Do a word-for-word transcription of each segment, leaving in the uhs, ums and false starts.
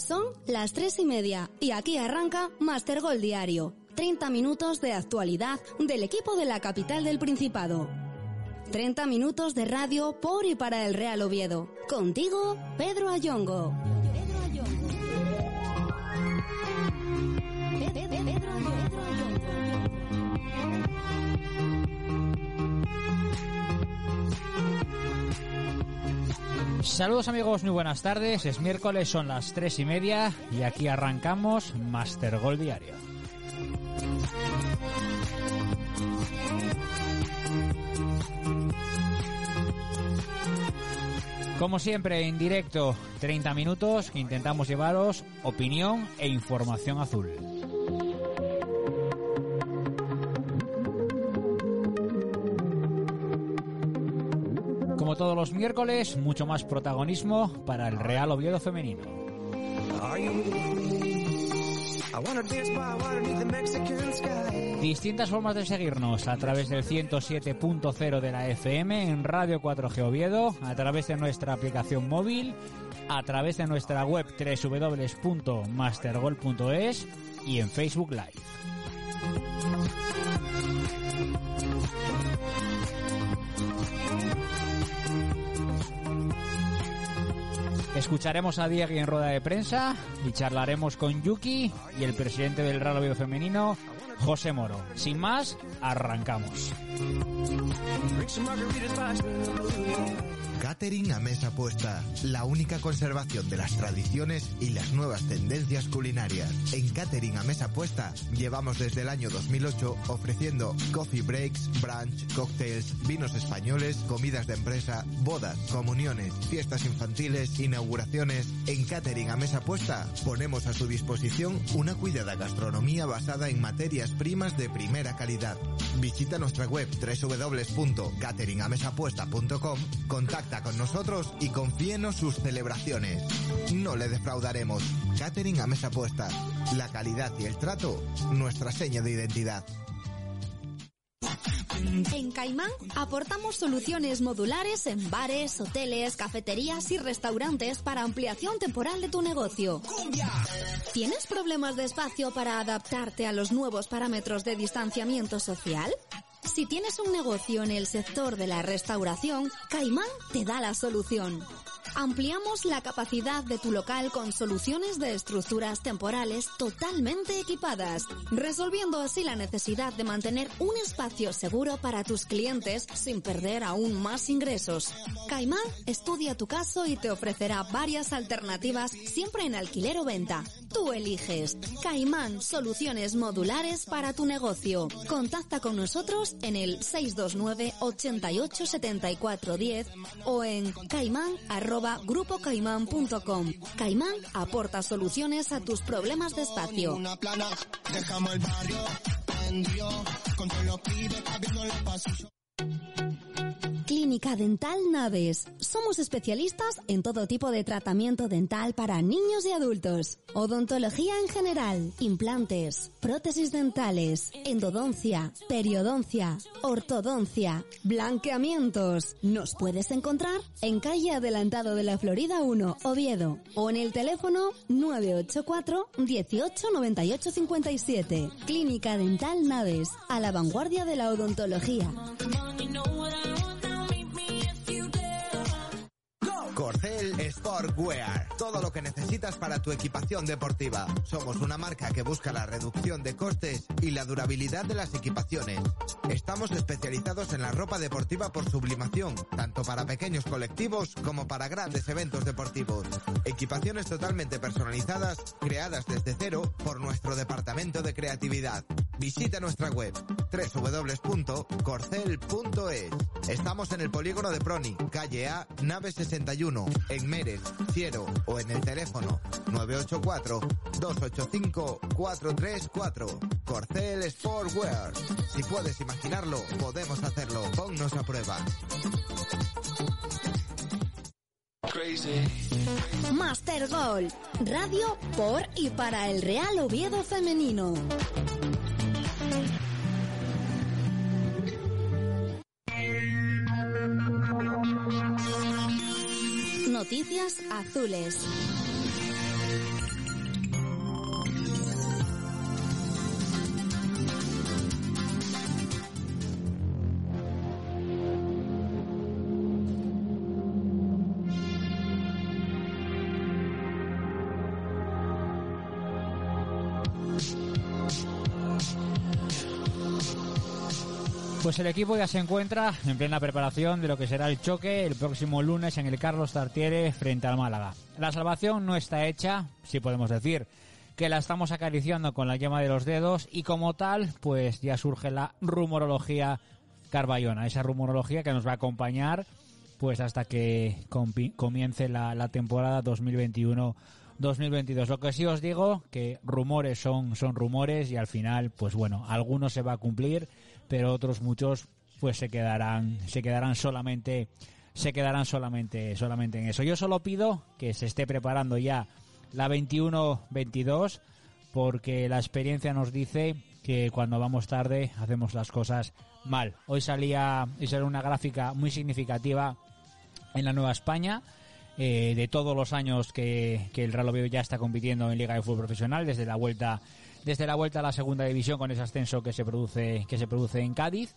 Son las tres y media y aquí arranca Master Gol Diario. treinta minutos de actualidad del equipo de la capital del Principado. treinta minutos de radio por y para el Real Oviedo. Contigo, Pedro Ayongo. Saludos amigos, muy buenas tardes. Es miércoles, son las tres y media y aquí arrancamos Master Gol Diario. Como siempre, en directo, treinta minutos que intentamos llevaros opinión e información azul. Como todos los miércoles, mucho más protagonismo para el Real Oviedo femenino. Distintas formas de seguirnos: a través del ciento siete punto cero de la F M en Radio cuatro G Oviedo, a través de nuestra aplicación móvil, a través de nuestra web doble u doble u doble u punto mastergol punto es y en Facebook Live. Escucharemos a Diego en rueda de prensa y charlaremos con Yuki y el presidente del Real Oviedo femenino, José Moro. Sin más, arrancamos. Catering a mesa puesta, la única conservación de las tradiciones y las nuevas tendencias culinarias. En Catering a mesa puesta llevamos desde el año dos mil ocho ofreciendo coffee breaks, brunch, cócteles, vinos españoles, comidas de empresa, bodas, comuniones, fiestas infantiles, inauguraciones. En Catering a mesa puesta ponemos a su disposición una cuidada gastronomía basada en materias primas de primera calidad. Visita nuestra web doble u doble u doble u punto catering a mesa puesta punto com, contacta con nosotros y confíenos sus celebraciones. No le defraudaremos. Catering a mesa puesta. La calidad y el trato, nuestra seña de identidad. En Caimán aportamos soluciones modulares en bares, hoteles, cafeterías y restaurantes para ampliación temporal de tu negocio. ¿Tienes problemas de espacio para adaptarte a los nuevos parámetros de distanciamiento social? Si tienes un negocio en el sector de la restauración, Caimán te da la solución. Ampliamos la capacidad de tu local con soluciones de estructuras temporales totalmente equipadas, resolviendo así la necesidad de mantener un espacio seguro para tus clientes sin perder aún más ingresos. Caimán estudia tu caso y te ofrecerá varias alternativas siempre en alquiler o venta. Tú eliges. Caimán, soluciones modulares para tu negocio. Contacta con nosotros en el seis dos nueve, ochenta y ocho, setenta y cuatro, diez o en caimán arroba grupo caimán punto com. Caimán aporta soluciones a tus problemas de espacio. Clínica Dental Naves. Somos especialistas en todo tipo de tratamiento dental para niños y adultos. Odontología en general, implantes, prótesis dentales, endodoncia, periodoncia, ortodoncia, blanqueamientos. Nos puedes encontrar en calle Adelantado de la Florida uno, Oviedo, o en el teléfono nueve ocho cuatro, dieciocho, noventa y ocho, cincuenta y siete. Clínica Dental Naves, a la vanguardia de la odontología. Corcel Sportwear, todo lo que necesitas para tu equipación deportiva. Somos una marca que busca la reducción de costes y la durabilidad de las equipaciones. Estamos especializados en la ropa deportiva por sublimación, tanto para pequeños colectivos como para grandes eventos deportivos. Equipaciones totalmente personalizadas, creadas desde cero por nuestro departamento de creatividad. Visita nuestra web doble u doble u doble u punto corcel punto es. Estamos en el polígono de Proni, calle A, nave sesenta y uno, en Mérez, Ciero o en el teléfono nueve ocho cuatro, dos ocho cinco, cuatro tres cuatro. Corcel Sportwear. Si puedes imaginarlo, podemos hacerlo. Ponnos a prueba. Master Gol, radio por y para el Real Oviedo femenino. Noticias azules. Pues el equipo ya se encuentra en plena preparación de lo que será el choque el próximo lunes en el Carlos Tartiere frente al Málaga. La salvación no está hecha, sí podemos decir que la estamos acariciando con la yema de los dedos, y como tal, pues ya surge la rumorología carballona, esa rumorología que nos va a acompañar pues hasta que comience la, la temporada dos mil veintiuno dos mil veintidós. Lo que sí os digo, que rumores son, son rumores, y al final, pues bueno, algunos se va a cumplir, pero otros muchos pues se quedarán se quedarán solamente se quedarán solamente solamente en eso. Yo solo pido que se esté preparando ya la veintiuno veintidós, porque la experiencia nos dice que cuando vamos tarde hacemos las cosas mal. Hoy salía, hoy salía una gráfica muy significativa en la Nueva España, eh, de todos los años que, que el Real Oviedo ya está compitiendo en Liga de Fútbol Profesional, desde la vuelta desde la vuelta a la segunda división, con ese ascenso que se produce que se produce en Cádiz.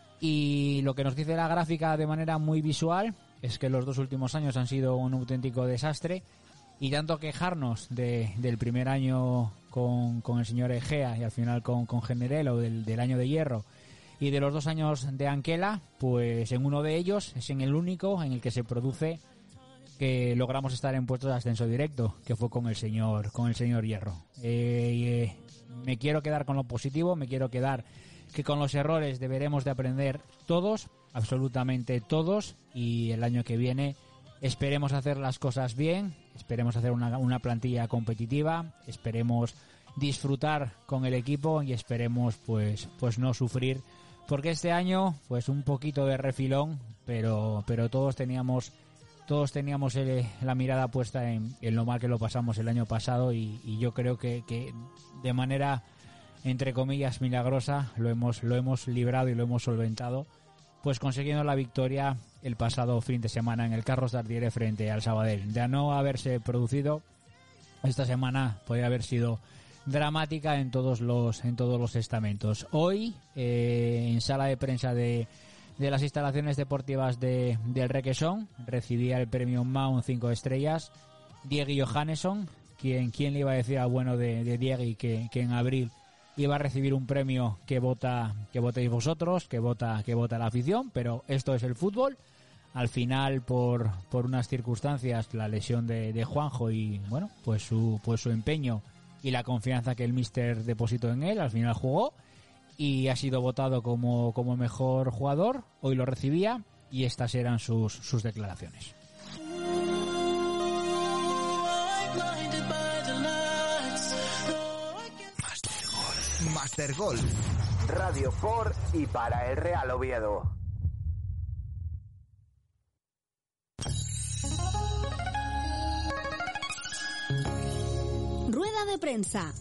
Y lo que nos dice la gráfica de manera muy visual es que los dos últimos años han sido un auténtico desastre, y tanto quejarnos de, del primer año con, con el señor Egea y al final con, con Generelo, del, del año de hierro, y de los dos años de Anquela, pues en uno de ellos es en el único en el que se produce que logramos estar en puestos de ascenso directo, que fue con el señor con el señor Hierro. Eh, eh, me quiero quedar con lo positivo, me quiero quedar que con los errores deberemos de aprender todos, absolutamente todos, y el año que viene esperemos hacer las cosas bien, esperemos hacer una, una plantilla competitiva, esperemos disfrutar con el equipo y esperemos pues pues no sufrir, porque este año pues un poquito de refilón, pero pero todos teníamos todos teníamos el, la mirada puesta en, en lo mal que lo pasamos el año pasado, y, y yo creo que, que de manera entre comillas milagrosa lo hemos lo hemos librado y lo hemos solventado, pues consiguiendo la victoria el pasado fin de semana en el Carlos Tartiere frente al Sabadell. De no haberse producido, esta semana podría haber sido dramática en todos los en todos los estamentos. Hoy, eh, en sala de prensa de, de las instalaciones deportivas de, del Requesón, recibía el premio Mount cinco estrellas Diego Johannesson, quien, quien le iba a decir al bueno de, de Diego que, que en abril iba a recibir un premio que vota que votéis vosotros, que vota que vota la afición, pero esto es el fútbol. Al final, por por unas circunstancias, la lesión de, de Juanjo y bueno, pues su pues su empeño y la confianza que el míster depositó en él, al final jugó y ha sido votado como como mejor jugador. Hoy lo recibía y estas eran sus sus declaraciones. Master Gol, radio por y para el Real Oviedo. Rueda de prensa.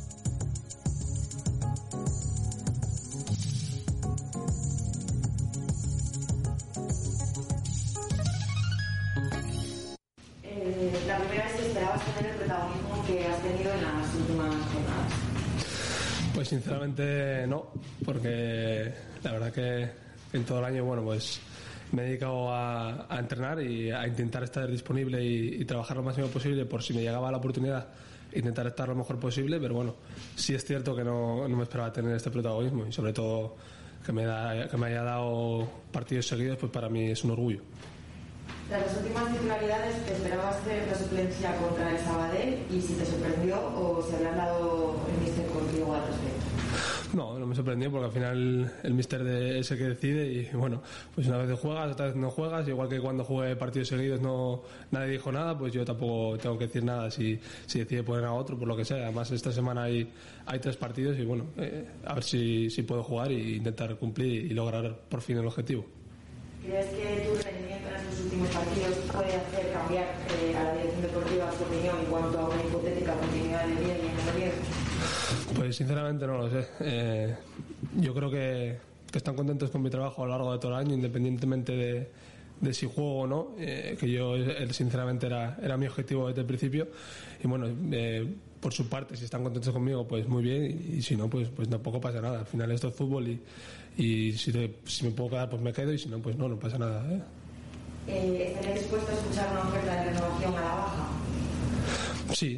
Eh, la primera vez que esperabas tener el protagonismo que has tenido en las últimas jornadas. Pues sinceramente no, porque la verdad que en todo el año, bueno, pues me he dedicado a, a entrenar y a intentar estar disponible y, y trabajar lo máximo posible por si me llegaba la oportunidad, intentar estar lo mejor posible, pero bueno, sí es cierto que no, no me esperaba tener este protagonismo, y sobre todo que me, da, que me haya dado partidos seguidos, pues para mí es un orgullo. Tras las últimas titularidades, ¿te esperabas hacer la suplencia contra el Sabadell? Y si te sorprendió o se había hablado el míster contigo al respecto. No, no me sorprendió, porque al final el míster es el que decide, y bueno, pues una vez juegas, otra vez no juegas, igual que cuando jugué partidos seguidos no nadie dijo nada, pues yo tampoco tengo que decir nada si, si decide poner a otro, por lo que sea. Además esta semana hay, hay tres partidos y bueno, eh, a ver si, si puedo jugar e intentar cumplir y lograr por fin el objetivo. ¿Crees que tu rendimiento en estos últimos partidos puede hacer cambiar eh, a la dirección deportiva su opinión en cuanto a una hipotética continuidad de Diego y en Oviedo? Pues sinceramente no lo sé. Eh, yo creo que, que están contentos con mi trabajo a lo largo de todo el año, independientemente de, de si juego o no, eh, que yo eh, sinceramente era, era mi objetivo desde el principio. Y bueno, eh, por su parte, si están contentos conmigo, pues muy bien, y, y si no, pues, pues tampoco pasa nada. Al final esto es fútbol y, y si, te, si me puedo quedar, pues me quedo, y si no, pues no, no pasa nada. ¿eh? Eh, ¿Estaría dispuesto a escuchar una oferta de renovación a la baja? Sí,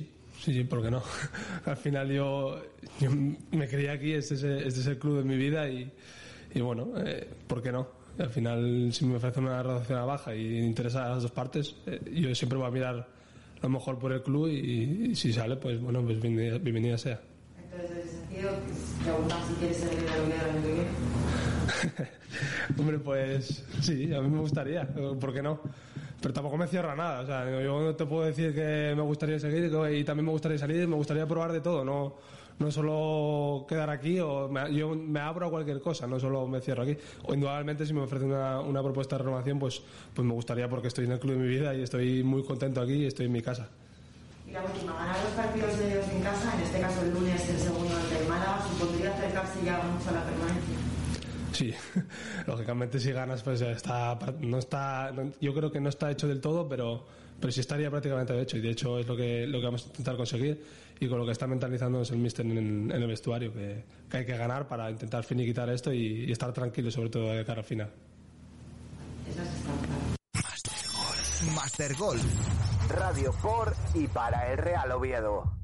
sí, sí, ¿por qué no? Al final yo, yo me crié aquí, este es, el, este es el club de mi vida y, y bueno, eh, ¿por qué no? Al final, si me ofrece una reducción a baja y interesa a las dos partes, eh, yo siempre voy a mirar lo mejor por el club y, y si sale, pues bueno, pues bienvenida, bienvenida sea. Entonces, en ese sentido, ¿te preguntas si quieres ser el Real Oviedo el año que viene? Hombre, pues sí, a mí me gustaría, ¿por qué no? Pero tampoco me cierra nada, o sea, yo no te puedo decir que me gustaría seguir y también me gustaría salir, me gustaría probar de todo, no, no solo quedar aquí, o me, yo me abro a cualquier cosa, no solo me cierro aquí. O indudablemente si me ofrece una, una propuesta de renovación, pues, pues me gustaría porque estoy en el club de mi vida y estoy muy contento aquí y estoy en mi casa. Y la última, ganar los partidos de ellos en casa, en este caso el lunes el segundo ante el Málaga, supondría acercarse ya mucho a la permanencia. Sí, lógicamente si ganas pues está, no está, yo creo que no está hecho del todo, pero, pero sí estaría prácticamente hecho y de hecho es lo que, lo que vamos a intentar conseguir y con lo que está mentalizándonos el míster en, en el vestuario, que, que hay que ganar para intentar finiquitar esto y, y estar tranquilo sobre todo de cara al final. Eso es Master Golf. Master Golf. Radio por y para el Real Oviedo.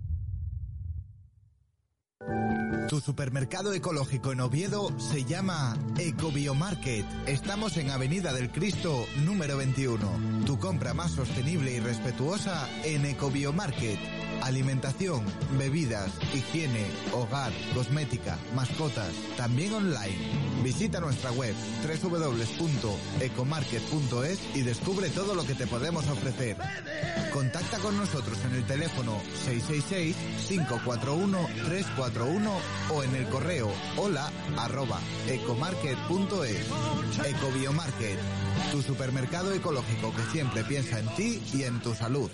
Tu supermercado ecológico en Oviedo se llama Ecobiomarket. Estamos en Avenida del Cristo, número veintiuno. Tu compra más sostenible y respetuosa en Ecobiomarket. Alimentación, bebidas, higiene, hogar, cosmética, mascotas, también online. Visita nuestra web doble u doble u doble u punto ecomarket punto es y descubre todo lo que te podemos ofrecer. Contacta con nosotros en el teléfono seis seis seis, cinco cuatro uno, tres cuatro uno o en el correo hola arroba ecomarket punto es. Ecobiomarket, tu supermercado ecológico que siempre piensa en ti y en tu salud.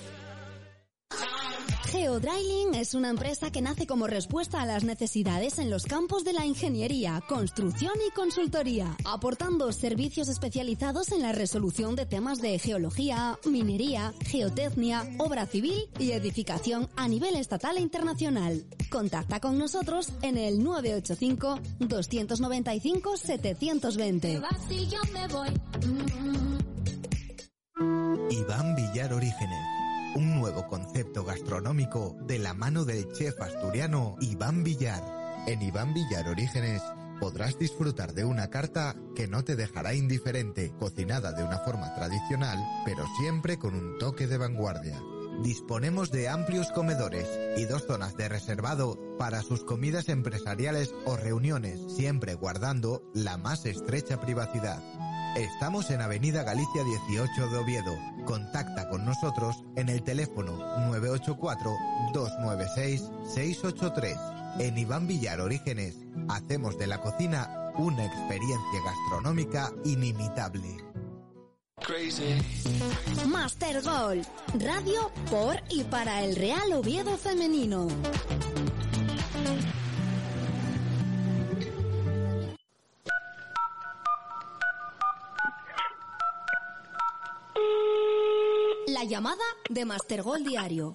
Geodriling es una empresa que nace como respuesta a las necesidades en los campos de la ingeniería, construcción y consultoría, aportando servicios especializados en la resolución de temas de geología, minería, geotecnia, obra civil y edificación a nivel estatal e internacional. Contacta con nosotros en el nueve ocho cinco, dos nueve cinco, siete dos cero. Iván Villar Orígenes. Un nuevo concepto gastronómico de la mano del chef asturiano Iván Villar. En Iván Villar Orígenes podrás disfrutar de una carta que no te dejará indiferente, cocinada de una forma tradicional, pero siempre con un toque de vanguardia. Disponemos de amplios comedores y dos zonas de reservado para sus comidas empresariales o reuniones, siempre guardando la más estrecha privacidad. Estamos en Avenida Galicia dieciocho de Oviedo. Contacta con nosotros en el teléfono nueve ocho cuatro, dos nueve seis, seis ocho tres. En Iván Villar Orígenes hacemos de la cocina una experiencia gastronómica inimitable. Master Golf, radio por y para el Real Oviedo femenino. La llamada de Master Golf Diario.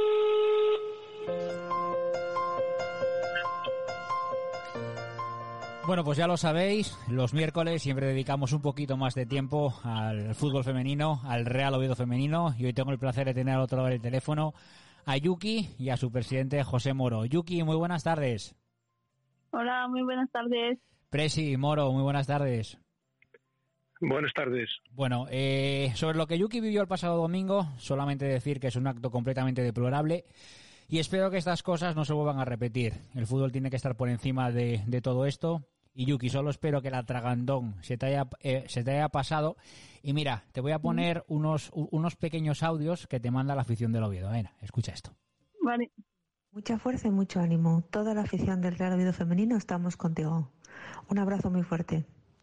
Bueno, pues ya lo sabéis, los miércoles siempre dedicamos un poquito más de tiempo al fútbol femenino, al Real Oviedo femenino, y hoy tengo el placer de tener al otro lado del teléfono a Yuki y a su presidente José Moro. Yuki, muy buenas tardes. Hola, muy buenas tardes. Presi, Moro, muy buenas tardes. Buenas tardes. Bueno, eh, sobre lo que Yuki vivió el pasado domingo, solamente decir que es un acto completamente deplorable y espero que estas cosas no se vuelvan a repetir. El fútbol tiene que estar por encima de, de todo esto. Y Yuki, solo espero que la tragandón se te haya, eh, se te haya pasado. Y mira, te voy a poner unos, unos pequeños audios que te manda la afición del Oviedo. Ven, escucha esto. Vale. Mucha fuerza y mucho ánimo. Toda la afición del Real Oviedo femenino estamos contigo. Un abrazo muy fuerte.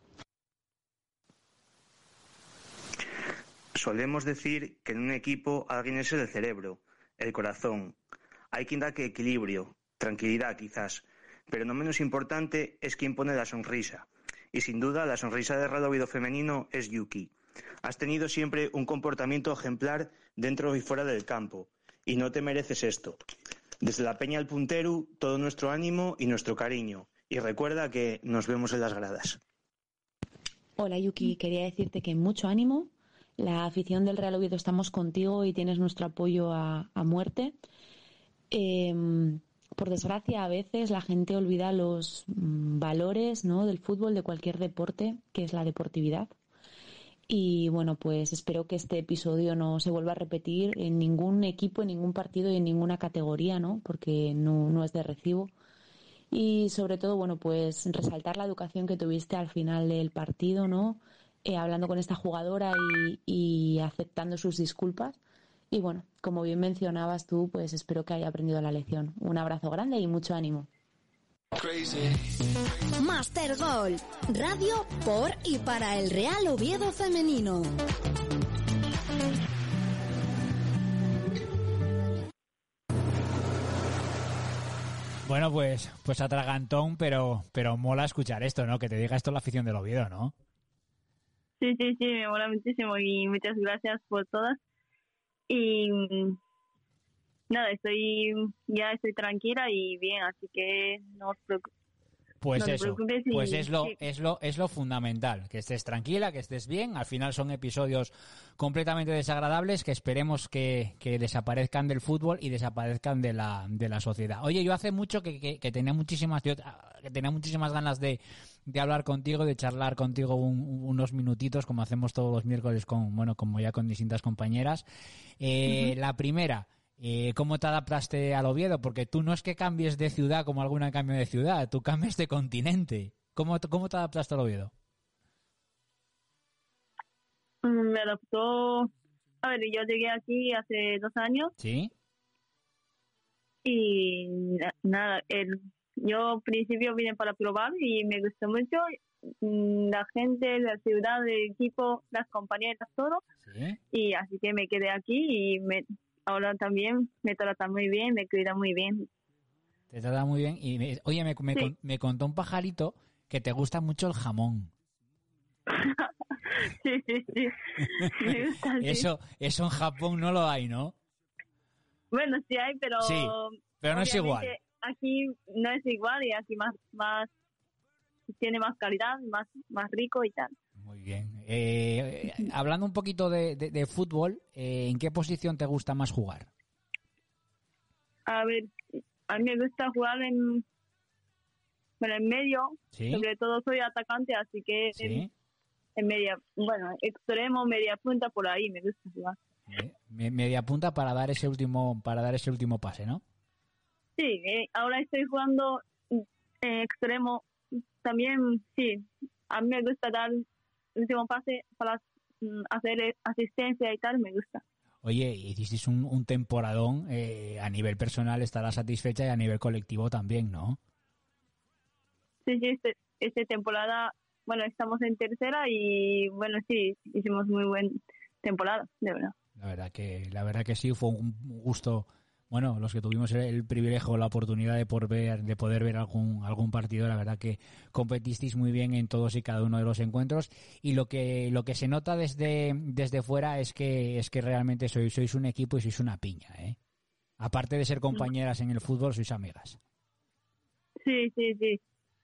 Solemos decir que en un equipo alguien es el cerebro, el corazón. Hay quien da que equilibrio, tranquilidad quizás, pero no menos importante es quien pone la sonrisa. Y sin duda la sonrisa del Real Oviedo femenino es Yuki. Has tenido siempre un comportamiento ejemplar dentro y fuera del campo, y no te mereces esto. Desde la Peña al Puntero, todo nuestro ánimo y nuestro cariño. Y recuerda que nos vemos en las gradas. Hola Yuki, quería decirte que mucho ánimo. La afición del Real Oviedo estamos contigo y tienes nuestro apoyo a, a muerte. Eh, por desgracia, a veces la gente olvida los mm, valores, ¿no?, del fútbol, de cualquier deporte, que es la deportividad. Y bueno, pues espero que este episodio no se vuelva a repetir en ningún equipo, en ningún partido y en ninguna categoría, ¿no?, porque no, no es de recibo. Y sobre todo, bueno, pues resaltar la educación que tuviste al final del partido, ¿no?, eh, hablando con esta jugadora y, y aceptando sus disculpas. Y bueno, como bien mencionabas tú, pues espero que haya aprendido la lección. Un abrazo grande y mucho ánimo. Master Gol, radio por y para el Real Oviedo femenino. Bueno, pues pues atragantón, pero pero mola escuchar esto, ¿no? Que te diga esto la afición del Oviedo, ¿no? Sí, sí, sí, me mola muchísimo y muchas gracias por todas. Y nada, estoy ya estoy tranquila y bien, así que no os preocupéis. Pues no eso, y, pues es lo, sí. es lo, es lo fundamental, que estés tranquila, que estés bien. Al final son episodios completamente desagradables que esperemos que, que desaparezcan del fútbol y desaparezcan de la, de la sociedad. Oye, yo hace mucho que, que, que tenía muchísimas, que tenía muchísimas ganas de, de hablar contigo, de charlar contigo un, unos minutitos, como hacemos todos los miércoles con, bueno, como ya con distintas compañeras. Eh, uh-huh. La primera. Eh, ¿Cómo te adaptaste al Oviedo? Porque tú no es que cambies de ciudad como alguna cambio de ciudad, tú cambias de continente. ¿Cómo, cómo te adaptaste al Oviedo? Me adaptó... A ver, yo llegué aquí hace dos años. ¿Sí? Y nada, el, yo al principio vine para probar y me gustó mucho. La gente, la ciudad, el equipo, las compañeras, todo. ¿Sí? Y así que me quedé aquí y me... Ahora también me trata muy bien, me cuida muy bien. Te trata muy bien. Y me, oye, me, me, sí. me contó un pajarito que te gusta mucho el jamón. sí, sí, sí. Me gusta, eso, sí. Eso en Japón no lo hay, ¿no? Bueno, sí hay, pero... Sí, pero no es igual. Aquí no es igual y aquí más, más tiene más calidad, más, más rico y tal. Muy bien. Eh, hablando un poquito de, de, de fútbol, eh, ¿en qué posición te gusta más jugar? A ver, a mí me gusta jugar en, bueno, en medio. ¿Sí? Sobre todo soy atacante, así que ¿Sí? en, en media, bueno, extremo, media punta, por ahí me gusta jugar. Me, media punta para dar ese último, para dar ese último pase, ¿no? Sí, eh, ahora estoy jugando en extremo. También, sí, a mí me gusta dar último pase para mm, hacer asistencia y tal, me gusta. Oye, hiciste un, un temporadón, eh, a nivel personal estarás satisfecha y a nivel colectivo también, ¿no? Sí, sí, este, esta temporada, bueno, estamos en tercera y bueno, sí, hicimos muy buena temporada, de verdad. La verdad que, la verdad que sí, fue un gusto. Bueno, los que tuvimos el, el privilegio, la oportunidad de poder ver, de poder ver algún algún partido, la verdad que competisteis muy bien en todos y cada uno de los encuentros y lo que lo que se nota desde desde fuera es que es que realmente sois sois un equipo y sois una piña, ¿eh? Aparte de ser compañeras en el fútbol, sois amigas. Sí, sí, sí.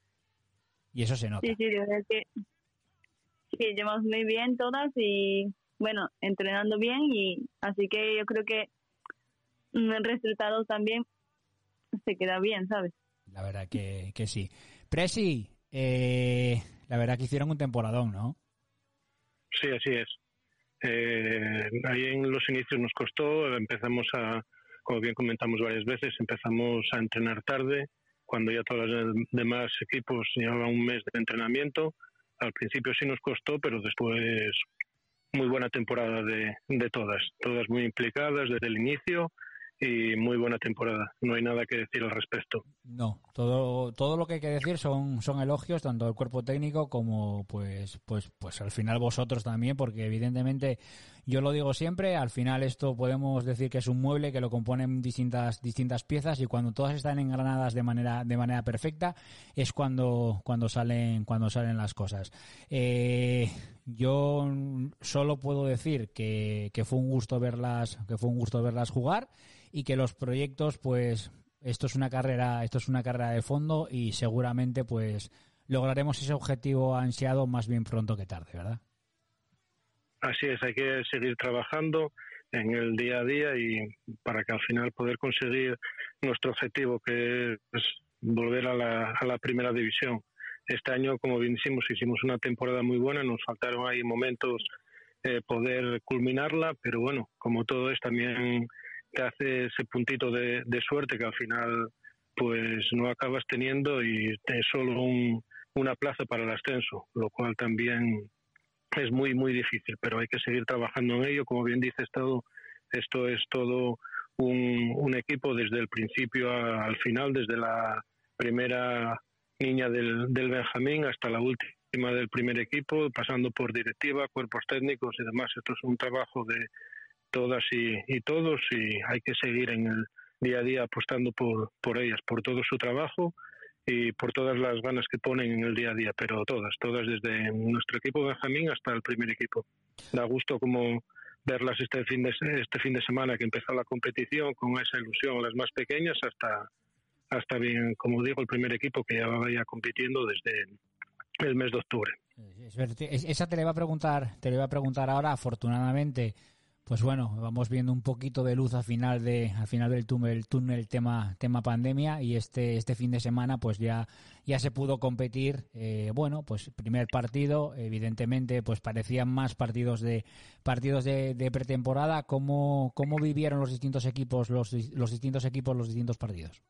Y eso se nota. Sí, sí, de verdad que sí, llevamos muy bien todas y bueno, entrenando bien y así que yo creo que el resultado también se queda bien, ¿sabes? La verdad que, que sí. Presi, eh, la verdad que hicieron un temporadón, ¿no? Sí, así es. Eh, ahí en los inicios nos costó, empezamos a, como bien comentamos varias veces, empezamos a entrenar tarde, cuando ya todos los demás equipos llevaban un mes de entrenamiento. Al principio sí nos costó, pero después muy buena temporada de, de todas, todas muy implicadas desde el inicio. Y muy buena temporada, no hay nada que decir al respecto. No, todo todo lo que hay que decir son son elogios, tanto del cuerpo técnico como pues pues pues al final vosotros también, porque evidentemente yo lo digo siempre, al final esto podemos decir que es un mueble que lo componen distintas distintas piezas y cuando todas están engranadas de manera de manera perfecta es cuando cuando salen cuando salen las cosas. Eh, yo solo puedo decir que, que fue un gusto verlas que fue un gusto verlas jugar. Y que los proyectos, pues, esto es una carrera, esto es una carrera de fondo y seguramente, pues, lograremos ese objetivo ansiado más bien pronto que tarde, ¿verdad? Así es, hay que seguir trabajando en el día a día y para que al final poder conseguir nuestro objetivo, que es volver a la, a la primera división. Este año, como bien decimos, hicimos una temporada muy buena, nos faltaron ahí momentos eh, poder culminarla, pero bueno, como todo es, también te hace ese puntito de, de suerte que al final pues no acabas teniendo y es solo un, una plaza para el ascenso, lo cual también es muy, muy difícil, pero hay que seguir trabajando en ello. Como bien dices, todo, esto es todo un, un equipo desde el principio a, al final, desde la primera niña del, del Benjamín hasta la última del primer equipo, pasando por directiva, cuerpos técnicos y demás. Esto es un trabajo de todas y, y todos y hay que seguir en el día a día apostando por, por ellas, por todo su trabajo y por todas las ganas que ponen en el día a día, pero todas, todas desde nuestro equipo Benjamín hasta el primer equipo. Da gusto como verlas este fin de este fin de semana que empezó la competición con esa ilusión, las más pequeñas hasta hasta bien, como digo, el primer equipo que ya vaya compitiendo desde el mes de octubre. Esa te le iba a preguntar, te le iba a preguntar ahora, afortunadamente. Pues bueno, vamos viendo un poquito de luz al final de al final del túnel, túnel tema tema pandemia y este este fin de semana pues ya ya se pudo competir. Eh, bueno, pues primer partido, evidentemente pues parecían más partidos de partidos de, de pretemporada. ¿Cómo cómo vivieron los distintos equipos los los distintos equipos los distintos partidos?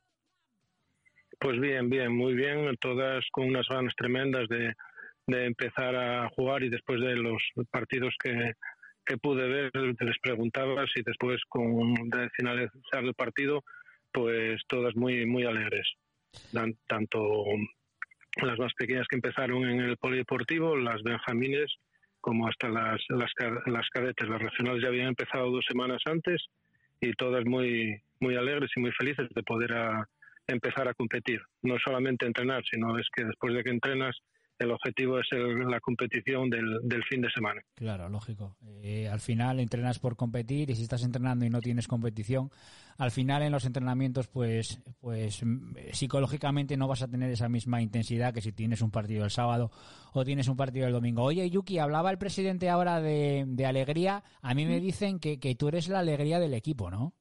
Pues bien, bien, muy bien, todas con unas ganas tremendas de de empezar a jugar y después de los partidos que que pude ver, te les preguntaba si después con de finalizar el partido, pues todas muy muy alegres. Dan, tanto las más pequeñas que empezaron en el polideportivo, las benjamines, como hasta las, las las cadetes. Las regionales ya habían empezado dos semanas antes y todas muy muy alegres y muy felices de poder a, empezar a competir. No solamente entrenar, sino es que después de que entrenas, el objetivo es el, la competición del, del fin de semana. Claro, lógico. Eh, al final entrenas por competir y si estás entrenando y no tienes competición, al final en los entrenamientos pues pues psicológicamente no vas a tener esa misma intensidad que si tienes un partido el sábado o tienes un partido el domingo. Oye, Yuki, hablaba el presidente ahora de, de alegría. A mí me dicen que, que tú eres la alegría del equipo, ¿no?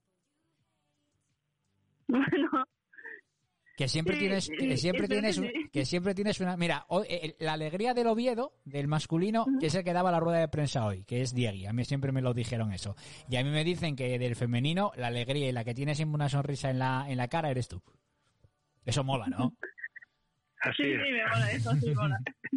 Bueno... Que siempre sí, tienes, que siempre tienes, sí. que siempre tienes una. Mira, hoy, eh, la alegría del Oviedo, del masculino, uh-huh. es el que daba la rueda de prensa hoy, que es Diegui. A mí siempre me lo dijeron eso. Y a mí me dicen que del femenino, la alegría y la que tiene siempre una sonrisa en la, en la cara eres tú. Eso mola, ¿no? Así sí, es. sí, me mola, eso sí mola.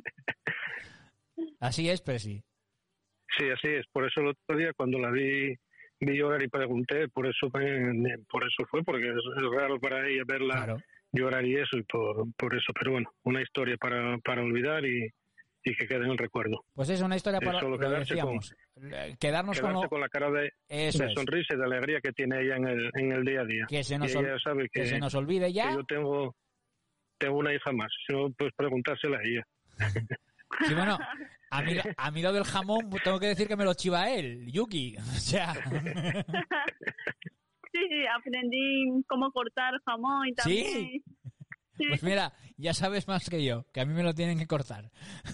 Así es, pero sí. Sí, así es. Por eso el otro día cuando la vi. vi llorar y pregunté, por eso por eso fue, porque es raro para ella verla. Claro. Llorar y eso, y por, por eso, pero bueno, una historia para, para olvidar y, y que quede en el recuerdo. Pues es una historia para solo quedarse con, quedarnos con, lo... con la cara de, de sonrisa y de alegría que tiene ella en el, en el día a día. Que se nos, y ella sabe que, que se nos olvide ya. Que yo tengo, tengo una hija más, si no, pues preguntársela a ella. Sí, bueno, a mí, a mí lo del jamón tengo que decir que me lo chiva él, Yuki. O sea... Sí, sí, aprendí cómo cortar jamón y también... ¿Sí? Sí. Pues mira, ya sabes más que yo, que a mí me lo tienen que cortar.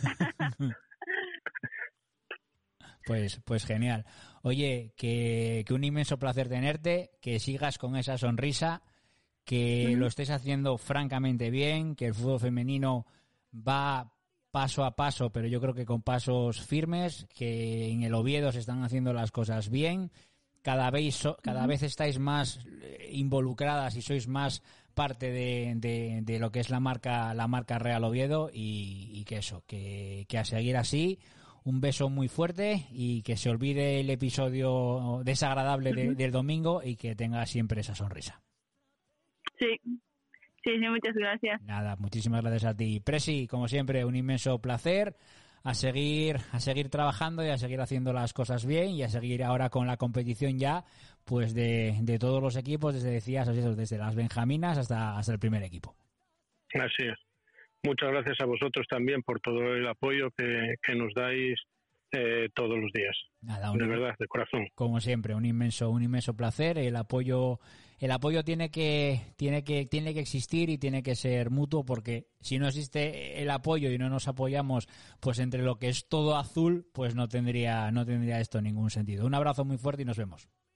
Pues pues genial. Oye, que, que un inmenso placer tenerte, que sigas con esa sonrisa, que uh-huh. lo estés haciendo francamente bien, que el fútbol femenino va paso a paso, pero yo creo que con pasos firmes, que en el Oviedo se están haciendo las cosas bien. Cada vez, cada vez estáis más involucradas y sois más parte de, de, de lo que es la marca la marca Real Oviedo y, y que eso, que, que a seguir así. Un beso muy fuerte y que se olvide el episodio desagradable de, del domingo y que tenga siempre esa sonrisa. Sí, sí, sí, muchas gracias. Nada, muchísimas gracias a ti. Presi, como siempre, un inmenso placer. A seguir, a seguir trabajando y a seguir haciendo las cosas bien y a seguir ahora con la competición ya, pues de, de todos los equipos, desde decías, desde las benjaminas hasta, hasta el primer equipo. Así es. Muchas gracias a vosotros también por todo el apoyo que, que nos dais eh, todos los días. Nada, un, de verdad, de corazón. Como siempre, un inmenso, un inmenso placer. El apoyo, el apoyo tiene que, tiene que, tiene que existir y tiene que ser mutuo, porque si no existe el apoyo y no nos apoyamos, pues entre lo que es todo azul, pues no tendría, no tendría esto ningún sentido. Un abrazo muy fuerte y nos vemos.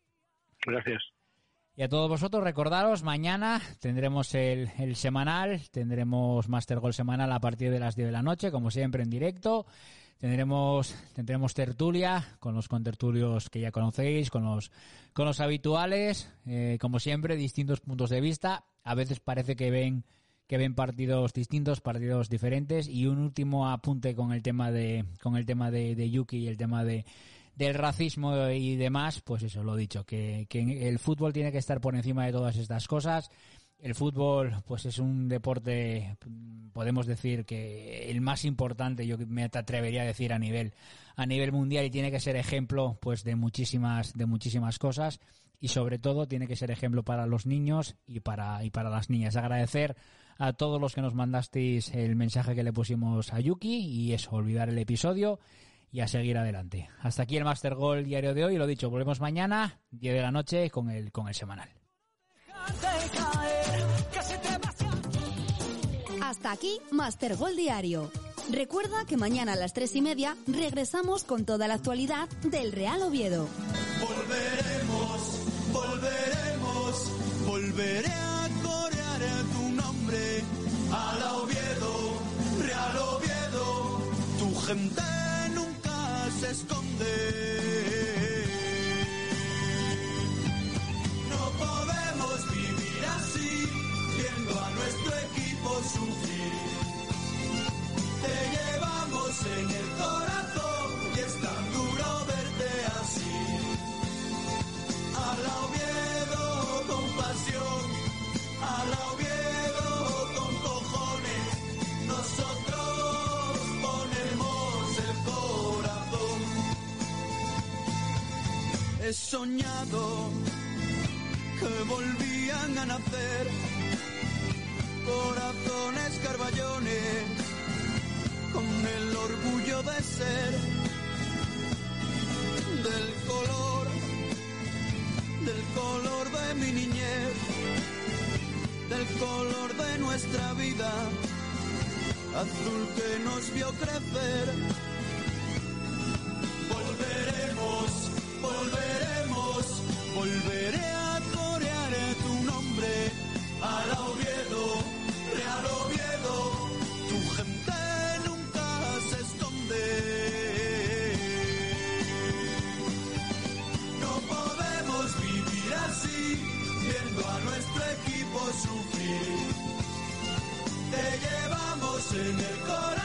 Gracias. Y a todos vosotros, recordaros, mañana tendremos el, el semanal, tendremos Master Gol semanal a partir de las diez de la noche, como siempre en directo. Tendremos tendremos tertulia con los contertulios que ya conocéis, con los con los habituales, eh, como siempre, distintos puntos de vista. A veces parece que ven que ven partidos distintos, partidos diferentes. Y un último apunte con el tema de con el tema de, de Yuki y el tema de del racismo y demás, pues eso, lo dicho, que, que el fútbol tiene que estar por encima de todas estas cosas. El fútbol, pues es un deporte, podemos decir que el más importante, yo me atrevería a decir a nivel a nivel mundial, y tiene que ser ejemplo, pues de muchísimas de muchísimas cosas, y sobre todo tiene que ser ejemplo para los niños y para y para las niñas. Agradecer a todos los que nos mandasteis el mensaje que le pusimos a Yuki, y eso, olvidar el episodio y a seguir adelante. Hasta aquí el Master Gol diario de hoy. Lo dicho, volvemos mañana, diez de la noche, con el con el semanal. Hasta aquí Master Gol diario. Recuerda que mañana a las tres y media regresamos con toda la actualidad del Real Oviedo. Volveremos, volveremos, volveré a corear tu nombre. Al Oviedo, Real Oviedo, tu gente se esconde. No podemos vivir así, viendo a nuestro equipo sufrir. Te llevamos en el corazón y es tan duro verte así. A la Oviedo con pasión, a la Oviedo con cojones, nosotros ponemos el corazón. He soñado que volvían a nacer corazones carballones con el orgullo de ser del color, del color de mi niñez, del color de nuestra vida, azul que nos vio crecer. Volveremos, volveremos, volveré a corear tu nombre. Al Oviedo, Real Oviedo, tu gente nunca se esconde. No podemos vivir así, viendo a nuestro equipo sufrir. Te llevamos en el corazón.